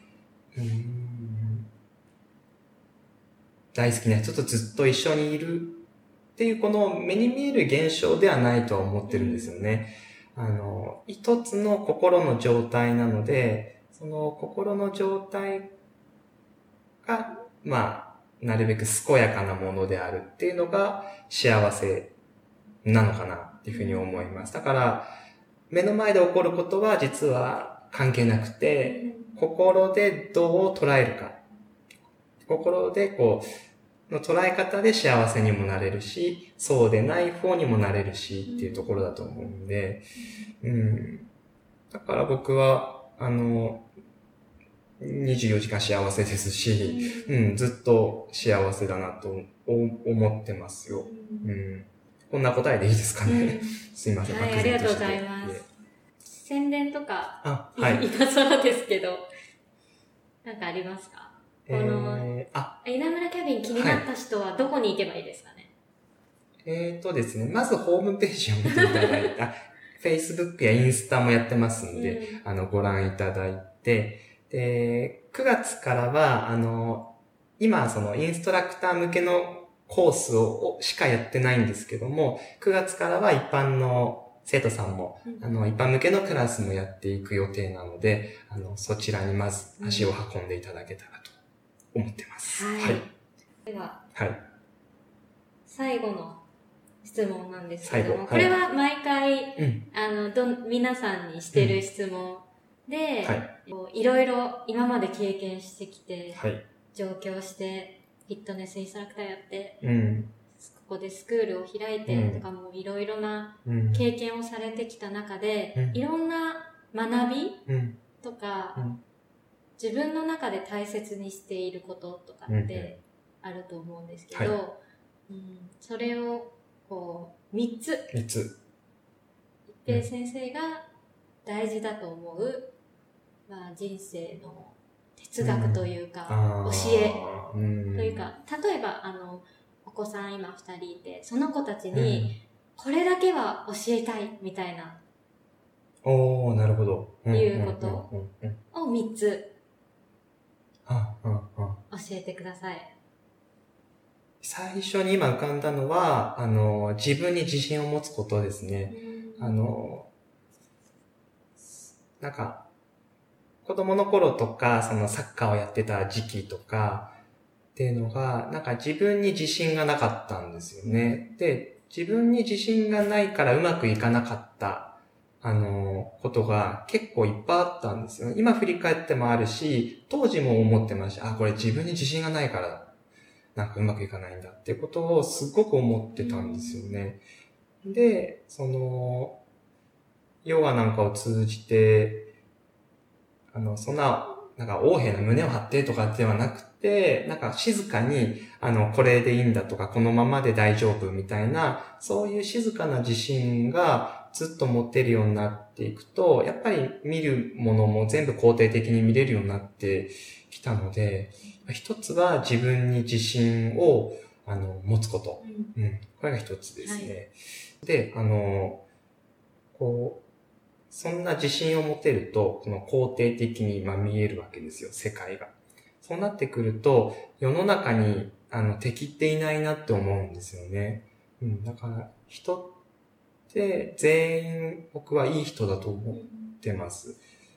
大好きな人とずっと一緒にいるっていうこの目に見える現象ではないとは思ってるんですよね。一つの心の状態なので、その心の状態が、なるべく健やかなものであるっていうのが幸せなのかなっていうふうに思います。だから、目の前で起こることは実は関係なくて、心でどう捉えるか。心での捉え方で幸せにもなれるし、そうでない方にもなれるしっていうところだと思うんで、だから僕は、24時間幸せですし、ずっと幸せだなと思ってますよ。こんな答えでいいですかね。すいません。 はい、ありがとうございます。宣伝とか、今更ですけど、なんかありますか？この、稲村キャビン気になった人はどこに行けばいいですかね？ ですね、まずホームページを見ていただいた、Facebook やインスタもやってますんで、ご覧いただいて、で、9月からは、今、そのインストラクター向けのコースしかやってないんですけども、9月からは一般の生徒さんも、一般向けのクラスもやっていく予定なので、そちらにまず足を運んでいただけたらと思ってます。はい。 では、最後の質問なんですけども、これは毎回、皆さんにしてる質問で、いろいろ今まで経験してきて、上京して、フィットネスインストラクターやって、ここでスクールを開いてとかもいろいろな経験をされてきた中で、いろんな学びとか、 うん、 自分の中で大切にしていることとかってあると思うんですけど、はいそれをこう3つ一平先生が大事だと思う、人生の哲学というか、教えというか、例えばお子さん今2人いて、その子たちにこれだけは教えたいみたいな、 なるほど。 いうことを3つ教えてください。 最初に今浮かんだのは、自分に自信を持つことですね。なんか、子供の頃とか、そのサッカーをやってた時期とかっていうのが、なんか自分に自信がなかったんですよね。で、自分に自信がないからうまくいかなかった、ことが結構いっぱいあったんですよ。今振り返ってもあるし、当時も思ってました。これ自分に自信がないから、なんかうまくいかないんだっていうことをすごく思ってたんですよね。で、ヨガなんかを通じて、そんな、なんか、横柄な胸を張ってとかではなくて、なんか静かに、これでいいんだとか、このままで大丈夫みたいな、そういう静かな自信がずっと持てるようになっていくと、やっぱり見るものも全部肯定的に見れるようになってきたので、一つは自分に自信を、持つこと。これが一つですね。はい、で、そんな自信を持てると、この肯定的に見えるわけですよ、世界が。そうなってくると、世の中に敵っていないなって思うんですよね。だから人って全員僕はいい人だと思ってます。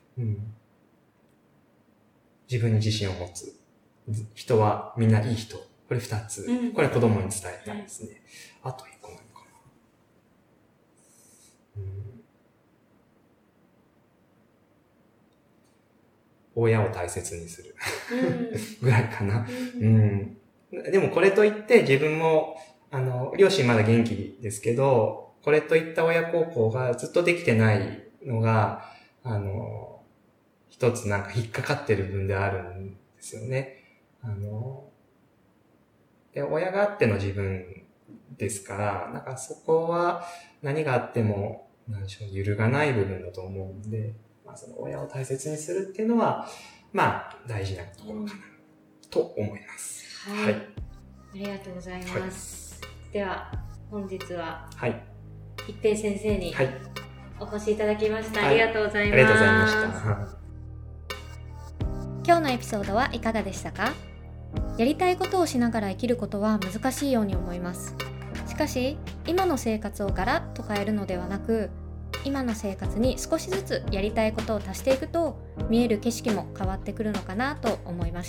自分に自信を持つ。人はみんないい人。これ二つ。これ子供に伝えたいですね。あと一個なのかな。親を大切にするぐらいかな。でもこれといって自分も、両親まだ元気ですけど、これといった親孝行がずっとできてないのが、一つなんか引っかかってる部分であるんですよね。で、親があっての自分ですから、なんかそこは何があっても、揺るがない部分だと思うんで、その親を大切にするっていうのは、大事なところかな、と思います。 はい。ありがとうございます。では、本日は、一平先生にお越しいただきました。ありがとうございます。 ありがとうございました。 今日のエピソードはいかがでしたか？やりたいことをしながら生きることは難しいように思います。しかし、今の生活をガラッと変えるのではなく、今の生活に少しずつやりたいことを足していくと、見える景色も変わってくるのかなと思いました。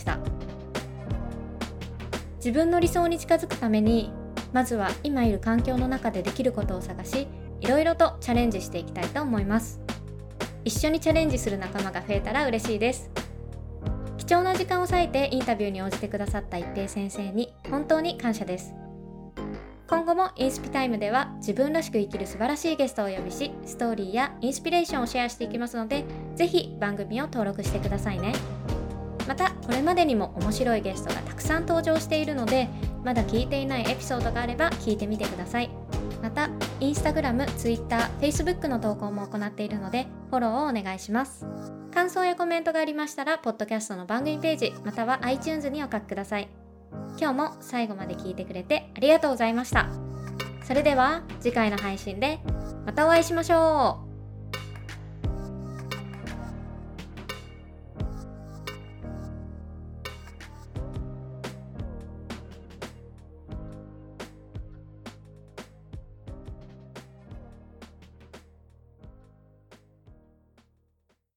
自分の理想に近づくために、まずは今いる環境の中でできることを探し、いろいろとチャレンジしていきたいと思います。一緒にチャレンジする仲間が増えたら嬉しいです。貴重な時間を割いてインタビューに応じてくださった一平先生に本当に感謝です。今後もインスピタイムでは自分らしく生きる素晴らしいゲストをお呼びし、ストーリーやインスピレーションをシェアしていきますので、ぜひ番組を登録してくださいね。また、これまでにも面白いゲストがたくさん登場しているので、まだ聞いていないエピソードがあれば聞いてみてください。また、インスタグラム、ツイッター、フェイスブックの投稿も行っているので、フォローをお願いします。感想やコメントがありましたら、ポッドキャストの番組ページ、または iTunes にお書きください。今日も最後まで聞いてくれてありがとうございました。それでは次回の配信でまたお会いしましょう。